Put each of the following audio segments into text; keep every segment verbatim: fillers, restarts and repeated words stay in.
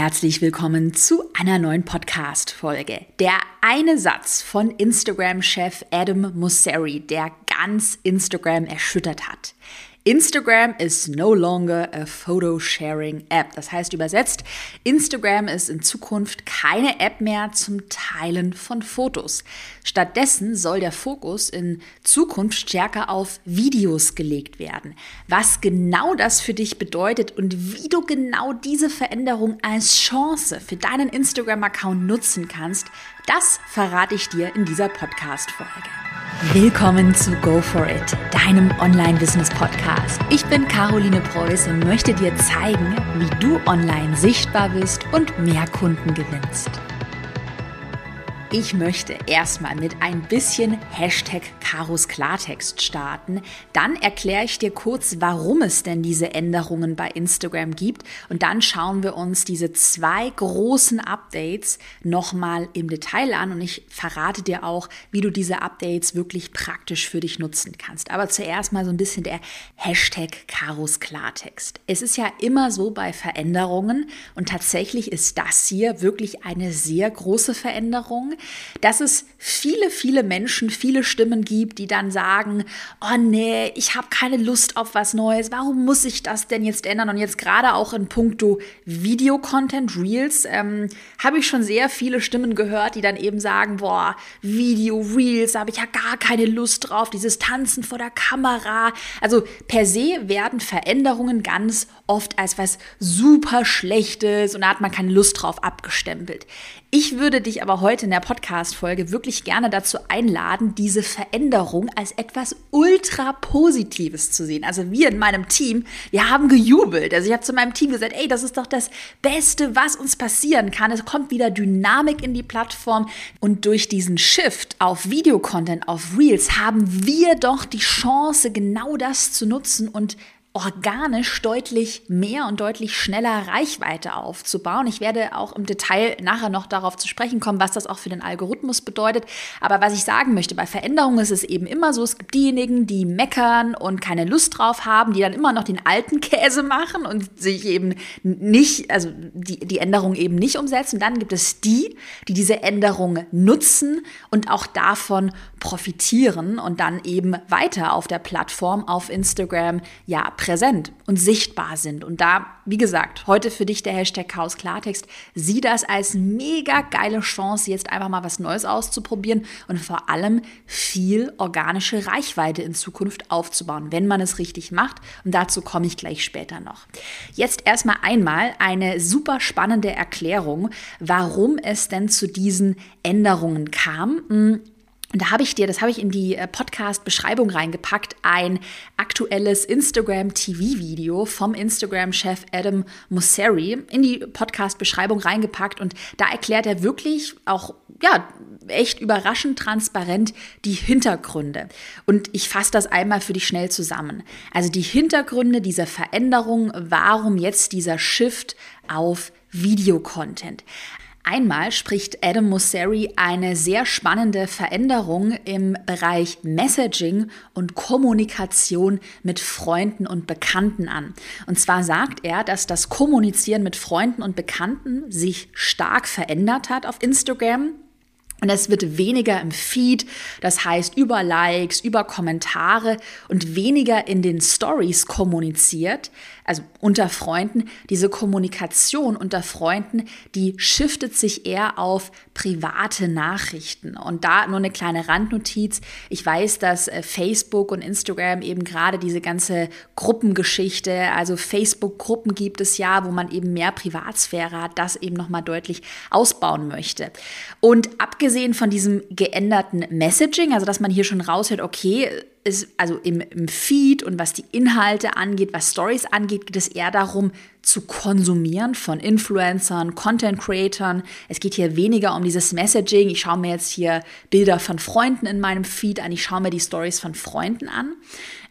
herzlich willkommen zu einer neuen Podcast-Folge. Der eine Satz von Instagram-Chef Adam Mosseri, der ganz Instagram erschüttert hat. Instagram is no longer a photo-sharing app. Das heißt übersetzt, Instagram ist in Zukunft keine App mehr zum Teilen von Fotos. Stattdessen soll der Fokus in Zukunft stärker auf Videos gelegt werden. Was genau das für dich bedeutet und wie du genau diese Veränderung als Chance für deinen Instagram-Account nutzen kannst, das verrate ich dir in dieser Podcast-Folge. Willkommen zu Go For It, deinem Online-Business-Podcast. Ich bin Caroline Preuß und möchte dir zeigen, wie du online sichtbar bist und mehr Kunden gewinnst. Ich möchte erstmal mit ein bisschen Hashtag Karos Klartext starten. Dann erkläre ich dir kurz, warum es denn diese Änderungen bei Instagram gibt. Und dann schauen wir uns diese zwei großen Updates nochmal im Detail an. Und ich verrate dir auch, wie du diese Updates wirklich praktisch für dich nutzen kannst. Aber zuerst mal so ein bisschen der Hashtag Karos Klartext. Es ist ja immer so bei Veränderungen und tatsächlich ist das hier wirklich eine sehr große Veränderung, dass es viele, viele Menschen, viele Stimmen gibt, die dann sagen, oh nee, ich habe keine Lust auf was Neues, warum muss ich das denn jetzt ändern? Und jetzt gerade auch in puncto Video-Content, Reels, ähm, habe ich schon sehr viele Stimmen gehört, die dann eben sagen, boah, Video, Reels, da habe ich ja gar keine Lust drauf, dieses Tanzen vor der Kamera. Also per se werden Veränderungen ganz oft als was super Schlechtes und da hat man keine Lust drauf abgestempelt. Ich würde dich aber heute in der Podcast-Folge wirklich gerne dazu einladen, diese Veränderung als etwas ultra Positives zu sehen. Also wir in meinem Team, wir haben gejubelt. Also ich habe zu meinem Team gesagt, ey, das ist doch das Beste, was uns passieren kann. Es kommt wieder Dynamik in die Plattform und durch diesen Shift auf Videocontent, auf Reels haben wir doch die Chance, genau das zu nutzen und organisch deutlich mehr und deutlich schneller Reichweite aufzubauen. Ich werde auch im Detail nachher noch darauf zu sprechen kommen, was das auch für den Algorithmus bedeutet. Aber was ich sagen möchte, bei Veränderungen ist es eben immer so, es gibt diejenigen, die meckern und keine Lust drauf haben, die dann immer noch den alten Käse machen und sich eben nicht, also die, die Änderung eben nicht umsetzen. Dann gibt es die, die diese Änderung nutzen und auch davon profitieren und dann eben weiter auf der Plattform, auf Instagram, ja, präsent und sichtbar sind. Und da, wie gesagt, heute für dich der Hashtag Chaos Klartext. Sieh das als mega geile Chance, jetzt einfach mal was Neues auszuprobieren und vor allem viel organische Reichweite in Zukunft aufzubauen, wenn man es richtig macht. Und dazu komme ich gleich später noch. Jetzt erstmal einmal eine super spannende Erklärung, warum es denn zu diesen Änderungen kam. Und da habe ich dir, das habe ich in die Podcast-Beschreibung reingepackt, ein aktuelles Instagram-T V-Video vom Instagram-Chef Adam Mosseri in die Podcast-Beschreibung reingepackt. Und da erklärt er wirklich auch, ja, echt überraschend transparent die Hintergründe. Und ich fasse das einmal für dich schnell zusammen. Also die Hintergründe dieser Veränderung, warum jetzt dieser Shift auf Videocontent. Einmal spricht Adam Mosseri eine sehr spannende Veränderung im Bereich Messaging und Kommunikation mit Freunden und Bekannten an. Und zwar sagt er, dass das Kommunizieren mit Freunden und Bekannten sich stark verändert hat auf Instagram. Und es wird weniger im Feed, das heißt über Likes, über Kommentare und weniger in den Stories kommuniziert, also unter Freunden. Diese Kommunikation unter Freunden, die shiftet sich eher auf private Nachrichten. Und da nur eine kleine Randnotiz. Ich weiß, dass Facebook und Instagram eben gerade diese ganze Gruppengeschichte, also Facebook-Gruppen gibt es ja, wo man eben mehr Privatsphäre hat, das eben nochmal deutlich ausbauen möchte. Und abgesehen von diesem geänderten Messaging, also dass man hier schon raushört, okay, ist also im, im Feed und was die Inhalte angeht, was Stories angeht, geht es eher darum, zu konsumieren von Influencern, Content-Creatern. Es geht hier weniger um dieses Messaging. Ich schaue mir jetzt hier Bilder von Freunden in meinem Feed an. Ich schaue mir die Stories von Freunden an.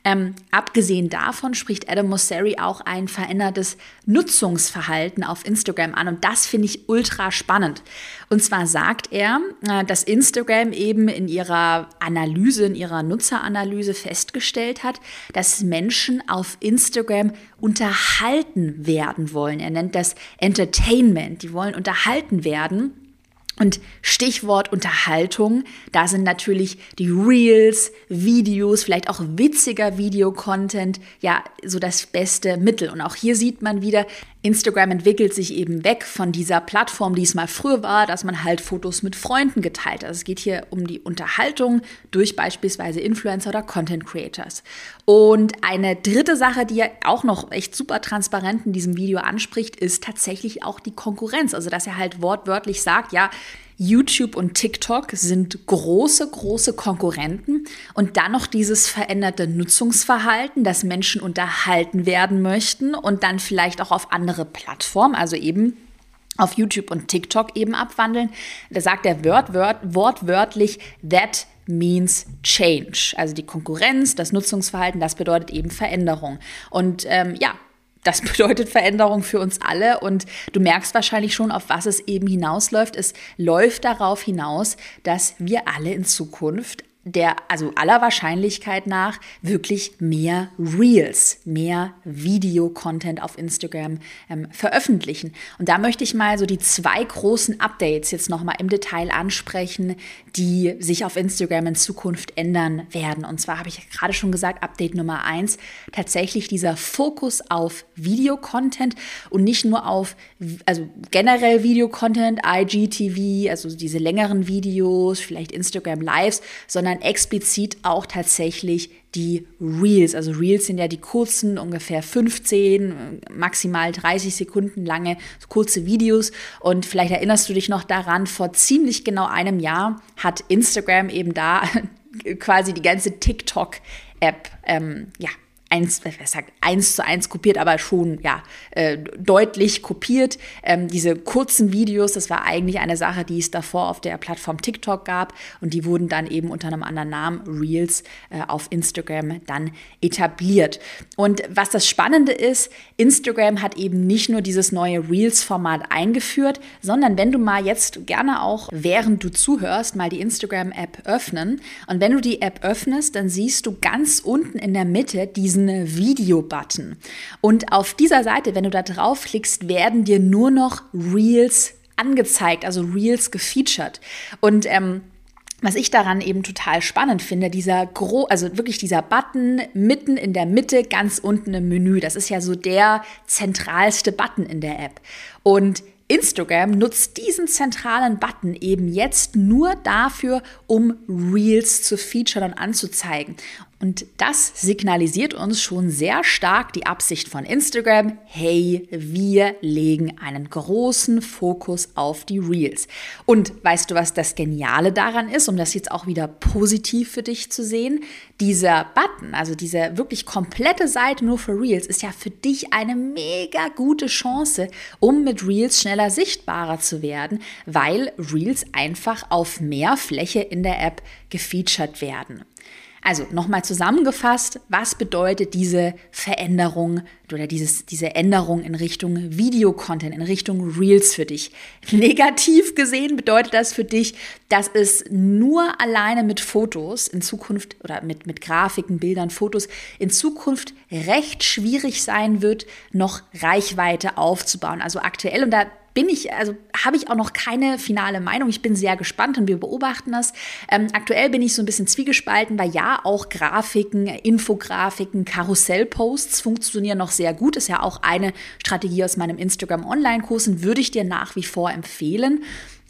Ähm, abgesehen davon spricht Adam Mosseri auch ein verändertes Nutzungsverhalten auf Instagram an und das finde ich ultra spannend. Und zwar sagt er, äh, dass Instagram eben in ihrer Analyse, in ihrer Nutzeranalyse festgestellt hat, dass Menschen auf Instagram unterhalten werden wollen. Er nennt das Entertainment. Die wollen unterhalten werden. Und Stichwort Unterhaltung, da sind natürlich die Reels, Videos, vielleicht auch witziger Videocontent, ja, so das beste Mittel. Und auch hier sieht man wieder, Instagram entwickelt sich eben weg von dieser Plattform, die es mal früher war, dass man halt Fotos mit Freunden geteilt hat. Also es geht hier um die Unterhaltung durch beispielsweise Influencer oder Content Creators. Und eine dritte Sache, die ja auch noch echt super transparent in diesem Video anspricht, ist tatsächlich auch die Konkurrenz. Also dass er halt wortwörtlich sagt, ja, YouTube und TikTok sind große, große Konkurrenten und dann noch dieses veränderte Nutzungsverhalten, dass Menschen unterhalten werden möchten und dann vielleicht auch auf andere Plattformen, also eben auf YouTube und TikTok eben abwandeln. Da sagt er wort, wort, wortwörtlich, that means change. Also die Konkurrenz, das Nutzungsverhalten, das bedeutet eben Veränderung. Und ähm, ja, das bedeutet Veränderung für uns alle und du merkst wahrscheinlich schon, auf was es eben hinausläuft. Es läuft darauf hinaus, dass wir alle in Zukunft der, also aller Wahrscheinlichkeit nach, wirklich mehr Reels, mehr Video-Content auf Instagram ähm, veröffentlichen. Und da möchte ich mal so die zwei großen Updates jetzt nochmal im Detail ansprechen, die sich auf Instagram in Zukunft ändern werden. Und zwar habe ich gerade schon gesagt, Update Nummer eins, tatsächlich dieser Fokus auf Video-Content und nicht nur auf, also generell Video-Content, I G T V, also diese längeren Videos, vielleicht Instagram Lives, sondern explizit auch tatsächlich die Reels. Also Reels sind ja die kurzen, ungefähr fünfzehn, maximal dreißig Sekunden lange kurze Videos. Und vielleicht erinnerst du dich noch daran, vor ziemlich genau einem Jahr hat Instagram eben da quasi die ganze TikTok-App ähm, ja, eins, sagt, eins zu eins kopiert, aber schon ja äh, deutlich kopiert. Ähm, diese kurzen Videos, das war eigentlich eine Sache, die es davor auf der Plattform TikTok gab und die wurden dann eben unter einem anderen Namen, Reels, äh, auf Instagram dann etabliert. Und was das Spannende ist, Instagram hat eben nicht nur dieses neue Reels-Format eingeführt, sondern wenn du mal jetzt gerne auch, während du zuhörst, mal die Instagram-App öffnen und wenn du die App öffnest, dann siehst du ganz unten in der Mitte diesen Video-Button. Und auf dieser Seite, wenn du da draufklickst, werden dir nur noch Reels angezeigt, also Reels gefeatured. Und ähm, was ich daran eben total spannend finde, dieser gro- also wirklich dieser Button mitten in der Mitte, ganz unten im Menü, das ist ja so der zentralste Button in der App. Und Instagram nutzt diesen zentralen Button eben jetzt nur dafür, um Reels zu featuren und anzuzeigen. Und das signalisiert uns schon sehr stark die Absicht von Instagram, hey, wir legen einen großen Fokus auf die Reels. Und weißt du, was das Geniale daran ist, um das jetzt auch wieder positiv für dich zu sehen? Dieser Button, also diese wirklich komplette Seite nur für Reels, ist ja für dich eine mega gute Chance, um mit Reels schneller sichtbarer zu werden, weil Reels einfach auf mehr Fläche in der App gefeatured werden. Also nochmal zusammengefasst, was bedeutet diese Veränderung oder dieses, diese Änderung in Richtung Videocontent, in Richtung Reels für dich? Negativ gesehen bedeutet das für dich, dass es nur alleine mit Fotos in Zukunft oder mit, mit Grafiken, Bildern, Fotos in Zukunft recht schwierig sein wird, noch Reichweite aufzubauen. Also aktuell, und da bin ich, also habe ich auch noch keine finale Meinung. Ich bin sehr gespannt und wir beobachten das. Ähm, aktuell bin ich so ein bisschen zwiegespalten, weil ja auch Grafiken, Infografiken, Karussellposts funktionieren noch sehr gut. Ist ja auch eine Strategie aus meinem Instagram-Online-Kurs und würde ich dir nach wie vor empfehlen.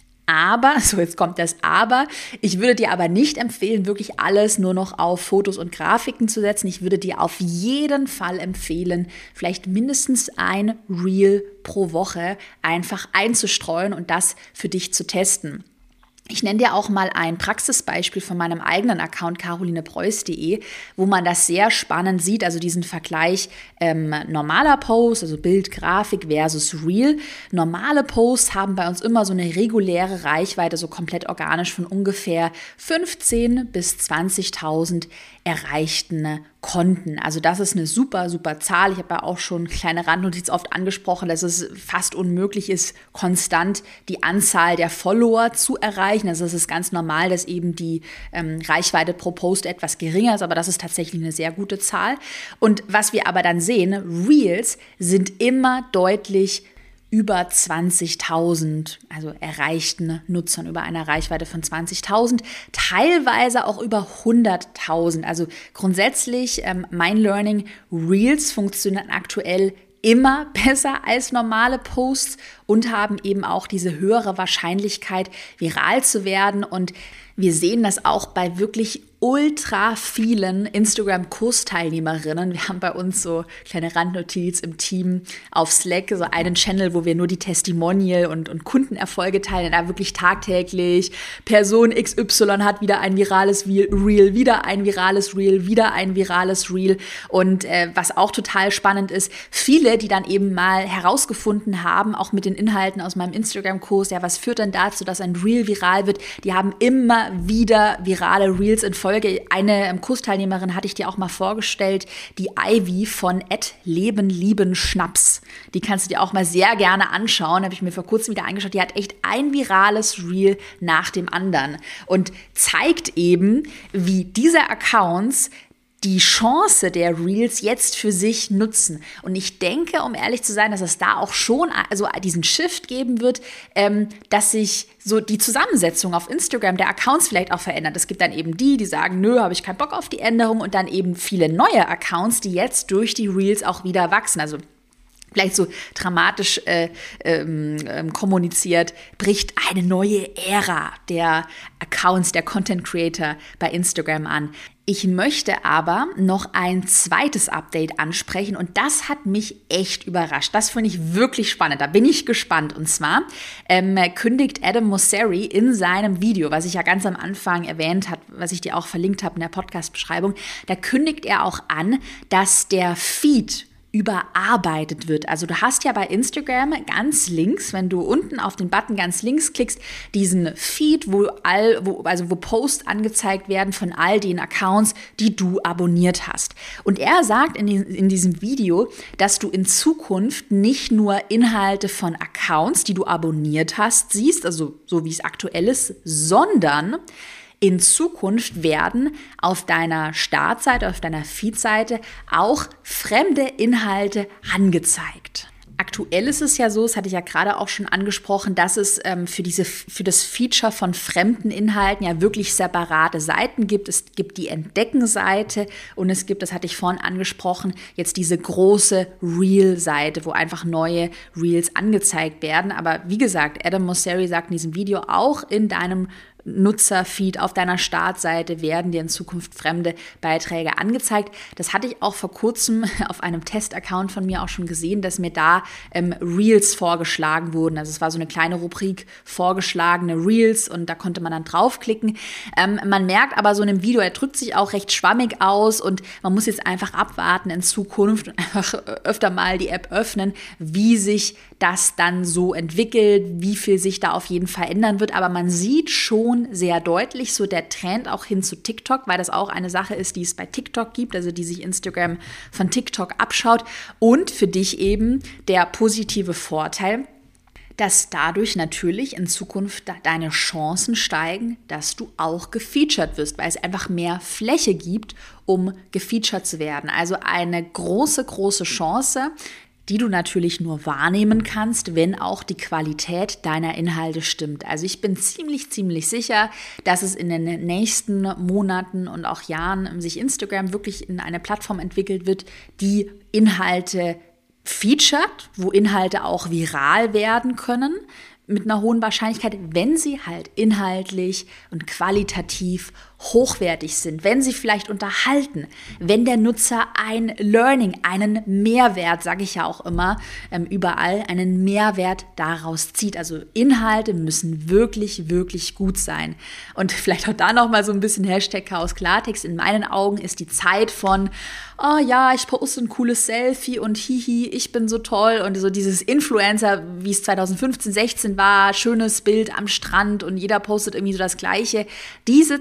Aber, so jetzt kommt das Aber, ich würde dir aber nicht empfehlen, wirklich alles nur noch auf Fotos und Grafiken zu setzen. Ich würde dir auf jeden Fall empfehlen, vielleicht mindestens ein Reel pro Woche einfach einzustreuen und das für dich zu testen. Ich nenne dir auch mal ein Praxisbeispiel von meinem eigenen Account carolinepreuß punkt de, wo man das sehr spannend sieht, also diesen Vergleich ähm, normaler Posts, also Bild, Grafik versus Reel. Normale Posts haben bei uns immer so eine reguläre Reichweite, so komplett organisch von ungefähr fünfzehntausend bis zwanzigtausend erreichten Konten. Also das ist eine super, super Zahl. Ich habe ja auch schon kleine Randnotiz oft angesprochen, dass es fast unmöglich ist, konstant die Anzahl der Follower zu erreichen. Also es ist ganz normal, dass eben die ähm, Reichweite pro Post etwas geringer ist, aber das ist tatsächlich eine sehr gute Zahl. Und was wir aber dann sehen, Reels sind immer deutlich über zwanzigtausend, also erreichten Nutzern, über eine Reichweite von zwanzigtausend, teilweise auch über hunderttausend. Also grundsätzlich, ähm, mein Learning, Reels funktionieren aktuell immer besser als normale Posts und haben eben auch diese höhere Wahrscheinlichkeit, viral zu werden. Und wir sehen das auch bei wirklich ultra vielen Instagram-Kursteilnehmerinnen. Wir haben bei uns so kleine Randnotiz im Team auf Slack, so einen Channel, wo wir nur die Testimonial und, und Kundenerfolge teilen, da wirklich tagtäglich Person X Y hat wieder ein virales Reel, wieder ein virales Reel, wieder ein virales Reel. Und äh, was auch total spannend ist, viele, die dann eben mal herausgefunden haben, auch mit den Inhalten aus meinem Instagram-Kurs, ja, was führt denn dazu, dass ein Reel viral wird, die haben immer wieder virale Reels in Folge. Eine Kursteilnehmerin hatte ich dir auch mal vorgestellt, die Ivy von at Leben, Lieben, Schnaps. Die kannst du dir auch mal sehr gerne anschauen. Habe ich mir vor kurzem wieder angeschaut. Die hat echt ein virales Reel nach dem anderen und zeigt eben, wie diese Accounts die Chance der Reels jetzt für sich nutzen. Und ich denke, um ehrlich zu sein, dass es da auch schon also diesen Shift geben wird, ähm, dass sich so die Zusammensetzung auf Instagram der Accounts vielleicht auch verändert. Es gibt dann eben die, die sagen, nö, habe ich keinen Bock auf die Änderung, und dann eben viele neue Accounts, die jetzt durch die Reels auch wieder wachsen. Also vielleicht so dramatisch äh, ähm, ähm, kommuniziert, bricht eine neue Ära der Accounts, der Content Creator bei Instagram an. Ich möchte aber noch ein zweites Update ansprechen, und das hat mich echt überrascht. Das finde ich wirklich spannend. Da bin ich gespannt. Und zwar ähm, kündigt Adam Mosseri in seinem Video, was ich ja ganz am Anfang erwähnt habe, was ich dir auch verlinkt habe in der Podcast-Beschreibung, da kündigt er auch an, dass der Feed überarbeitet wird. Also du hast ja bei Instagram ganz links, wenn du unten auf den Button ganz links klickst, diesen Feed, wo all, wo, also wo Posts angezeigt werden von all den Accounts, die du abonniert hast. Und er sagt in, die, in diesem Video, dass du in Zukunft nicht nur Inhalte von Accounts, die du abonniert hast, siehst, also so wie es aktuell ist, sondern in Zukunft werden auf deiner Startseite, auf deiner Feedseite auch fremde Inhalte angezeigt. Aktuell ist es ja so, das hatte ich ja gerade auch schon angesprochen, dass es ähm, für, diese, für das Feature von fremden Inhalten ja wirklich separate Seiten gibt. Es gibt die Entdecken-Seite und es gibt, das hatte ich vorhin angesprochen, jetzt diese große Reel-Seite, wo einfach neue Reels angezeigt werden. Aber wie gesagt, Adam Mosseri sagt in diesem Video, auch in deinem Nutzerfeed auf deiner Startseite werden dir in Zukunft fremde Beiträge angezeigt. Das hatte ich auch vor kurzem auf einem Test-Account von mir auch schon gesehen, dass mir da ähm, Reels vorgeschlagen wurden. Also es war so eine kleine Rubrik vorgeschlagene Reels und da konnte man dann draufklicken. Ähm, man merkt aber so in einem Video, er drückt sich auch recht schwammig aus und man muss jetzt einfach abwarten in Zukunft und einfach öfter mal die App öffnen, wie sich das dann so entwickelt, wie viel sich da auf jeden Fall ändern wird. Aber man sieht schon sehr deutlich so der Trend auch hin zu TikTok, weil das auch eine Sache ist, die es bei TikTok gibt, also die sich Instagram von TikTok abschaut. Und für dich eben der positive Vorteil, dass dadurch natürlich in Zukunft deine Chancen steigen, dass du auch gefeatured wirst, weil es einfach mehr Fläche gibt, um gefeatured zu werden. Also eine große, große Chance, die du natürlich nur wahrnehmen kannst, wenn auch die Qualität deiner Inhalte stimmt. Also ich bin ziemlich, ziemlich sicher, dass es in den nächsten Monaten und auch Jahren sich Instagram wirklich in eine Plattform entwickelt wird, die Inhalte featured, wo Inhalte auch viral werden können, mit einer hohen Wahrscheinlichkeit, wenn sie halt inhaltlich und qualitativ hochwertig sind, wenn sie vielleicht unterhalten, wenn der Nutzer ein Learning, einen Mehrwert, sage ich ja auch immer, ähm, überall, einen Mehrwert daraus zieht. Also Inhalte müssen wirklich, wirklich gut sein. Und vielleicht auch da nochmal so ein bisschen Hashtag Chaos Klartext. In meinen Augen ist die Zeit von, oh ja, ich poste ein cooles Selfie und hihi, ich bin so toll und so dieses Influencer, wie es zwanzig fünfzehn, sechzehn war, schönes Bild am Strand und jeder postet irgendwie so das Gleiche. Diese Zeit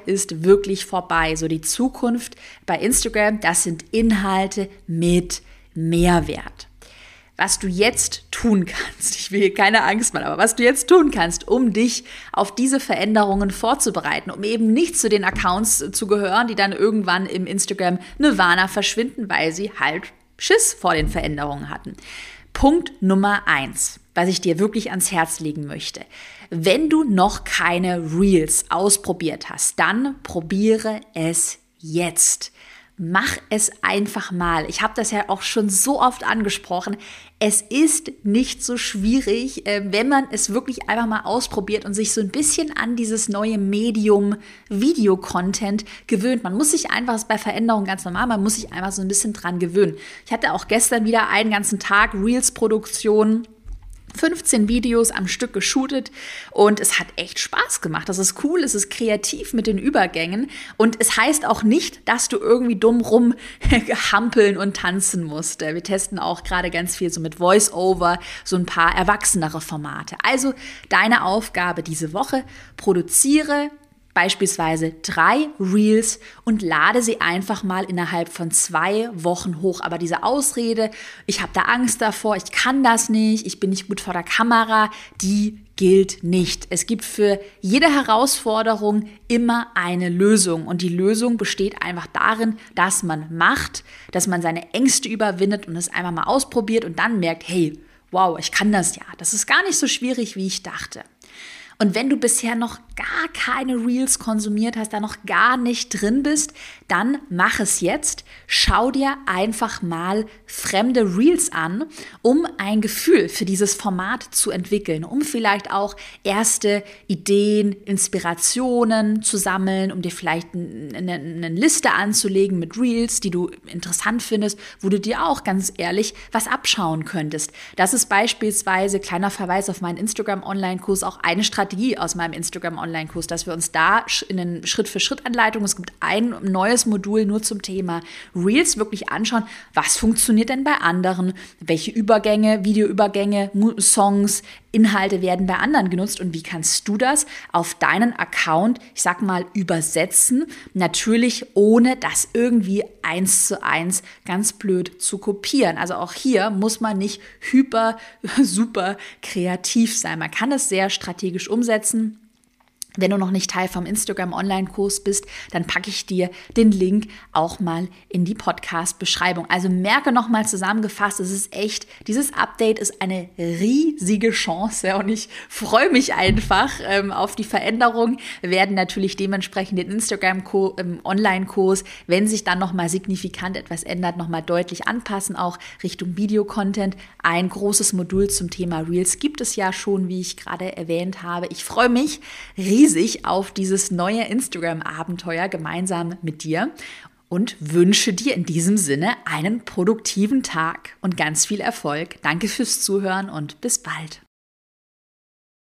ist wirklich vorbei. So die Zukunft bei Instagram, das sind Inhalte mit Mehrwert. Was du jetzt tun kannst, ich will hier keine Angst machen, aber was du jetzt tun kannst, um dich auf diese Veränderungen vorzubereiten, um eben nicht zu den Accounts zu gehören, die dann irgendwann im Instagram Nirvana verschwinden, weil sie halt Schiss vor den Veränderungen hatten. Punkt Nummer eins, was ich dir wirklich ans Herz legen möchte. Wenn du noch keine Reels ausprobiert hast, dann probiere es jetzt. Mach es einfach mal. Ich habe das ja auch schon so oft angesprochen. Es ist nicht so schwierig, wenn man es wirklich einfach mal ausprobiert und sich so ein bisschen an dieses neue Medium Video-Content gewöhnt. Man muss sich einfach, das ist bei Veränderungen ganz normal, man muss sich einfach so ein bisschen dran gewöhnen. Ich hatte auch gestern wieder einen ganzen Tag Reels-Produktion, fünfzehn Videos am Stück geshootet und es hat echt Spaß gemacht. Das ist cool, es ist kreativ mit den Übergängen und es heißt auch nicht, dass du irgendwie dumm rum hampeln und tanzen musst. Wir testen auch gerade ganz viel so mit Voice-Over, so ein paar erwachsenere Formate. Also deine Aufgabe diese Woche, produziere beispielsweise drei Reels und lade sie einfach mal innerhalb von zwei Wochen hoch. Aber diese Ausrede, ich habe da Angst davor, ich kann das nicht, ich bin nicht gut vor der Kamera, die gilt nicht. Es gibt für jede Herausforderung immer eine Lösung. Und die Lösung besteht einfach darin, dass man macht, dass man seine Ängste überwindet und es einfach mal ausprobiert und dann merkt, hey, wow, ich kann das ja. Das ist gar nicht so schwierig, wie ich dachte. Und wenn du bisher noch gar keine Reels konsumiert hast, da noch gar nicht drin bist, dann mach es jetzt. Schau dir einfach mal fremde Reels an, um ein Gefühl für dieses Format zu entwickeln, um vielleicht auch erste Ideen, Inspirationen zu sammeln, um dir vielleicht eine, eine Liste anzulegen mit Reels, die du interessant findest, wo du dir auch ganz ehrlich was abschauen könntest. Das ist beispielsweise, kleiner Verweis auf meinen Instagram-Online-Kurs, auch eine Strategie aus meinem Instagram-Online-Kurs, dass wir uns da in den Schritt-für-Schritt-Anleitungen, es gibt ein neues Modul nur zum Thema Reels, wirklich anschauen, was funktioniert denn bei anderen, welche Übergänge, Videoübergänge, Songs, Inhalte werden bei anderen genutzt und wie kannst du das auf deinen Account, ich sag mal, übersetzen, natürlich ohne das irgendwie eins zu eins ganz blöd zu kopieren. Also auch hier muss man nicht hyper, super kreativ sein. Man kann es sehr strategisch umsetzen. Wenn du noch nicht Teil vom Instagram-Online-Kurs bist, dann packe ich dir den Link auch mal in die Podcast-Beschreibung. Also merke nochmal zusammengefasst, es ist echt, dieses Update ist eine riesige Chance und ich freue mich einfach ähm, auf die Veränderung. Wir werden natürlich dementsprechend den Instagram-Online-Kurs, wenn sich dann nochmal signifikant etwas ändert, nochmal deutlich anpassen, auch Richtung Videocontent. Ein großes Modul zum Thema Reels gibt es ja schon, wie ich gerade erwähnt habe. Ich freue mich riesig riesig auf dieses neue Instagram-Abenteuer gemeinsam mit dir und wünsche dir in diesem Sinne einen produktiven Tag und ganz viel Erfolg. Danke fürs Zuhören und bis bald.